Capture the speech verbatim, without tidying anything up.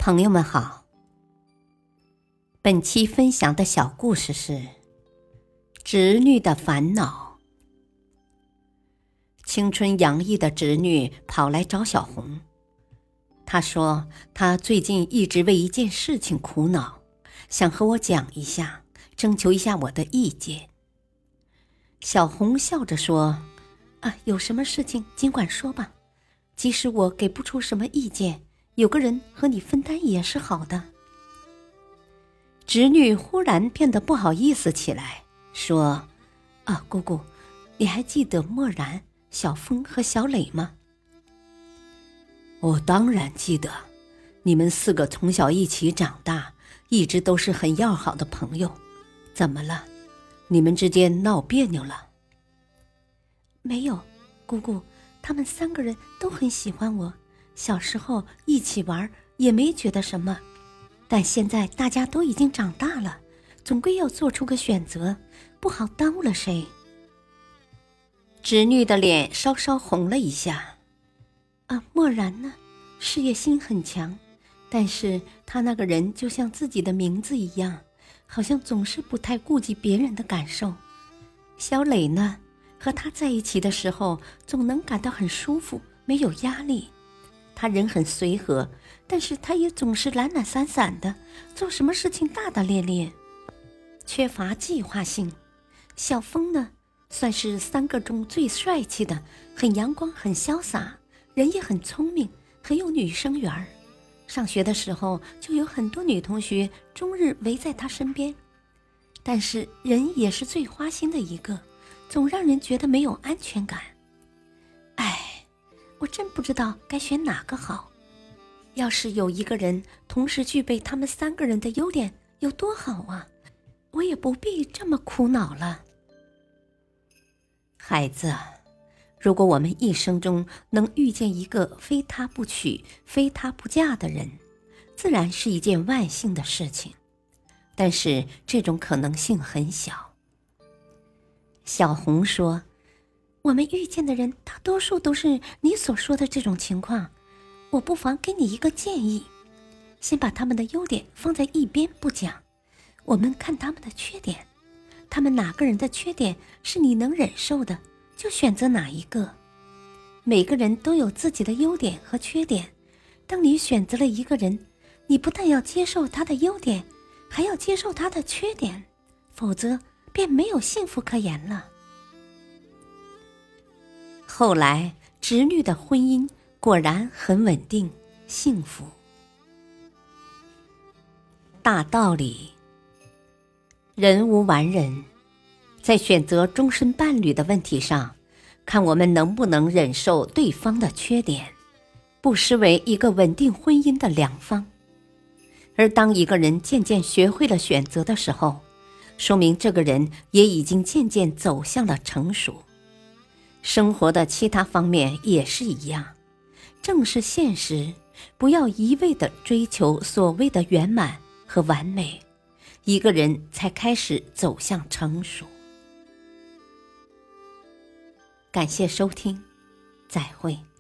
朋友们好，本期分享的小故事是侄女的烦恼。青春洋溢的侄女跑来找小红，她说她最近一直为一件事情苦恼，想和我讲一下，征求一下我的意见。小红笑着说，啊，有什么事情尽管说吧，即使我给不出什么意见，有个人和你分担也是好的。侄女忽然变得不好意思起来，说，啊，姑姑，你还记得漠然、小风和小磊吗？我当然记得，你们四个从小一起长大，一直都是很要好的朋友。怎么了？你们之间闹别扭了？没有，姑姑，他们三个人都很喜欢我，小时候一起玩也没觉得什么，但现在大家都已经长大了，总归要做出个选择，不好耽误了谁。侄女的脸稍稍红了一下。啊，漠然呢，事业心很强，但是他那个人就像自己的名字一样，好像总是不太顾及别人的感受。小磊呢，和他在一起的时候总能感到很舒服，没有压力。他人很随和，但是他也总是懒懒散散的，做什么事情大大咧咧，缺乏计划性。小峰呢，算是三个中最帅气的，很阳光，很潇洒，人也很聪明，很有女生缘儿。上学的时候就有很多女同学终日围在他身边，但是人也是最花心的一个，总让人觉得没有安全感。唉，我真不知道该选哪个好。要是有一个人同时具备他们三个人的优点，有多好啊！我也不必这么苦恼了。孩子，如果我们一生中能遇见一个非他不娶、非他不嫁的人，自然是一件万幸的事情，但是这种可能性很小。小红说，我们遇见的人大多数都是你所说的这种情况，我不妨给你一个建议，先把他们的优点放在一边不讲，我们看他们的缺点，他们哪个人的缺点是你能忍受的，就选择哪一个。每个人都有自己的优点和缺点，当你选择了一个人，你不但要接受他的优点，还要接受他的缺点，否则便没有幸福可言了。后来侄女的婚姻果然很稳定幸福。大道理，人无完人，在选择终身伴侣的问题上，看我们能不能忍受对方的缺点，不失为一个稳定婚姻的良方。而当一个人渐渐学会了选择的时候，说明这个人也已经渐渐走向了成熟。生活的其他方面也是一样，正视现实，不要一味地追求所谓的圆满和完美，一个人才开始走向成熟。感谢收听，再会。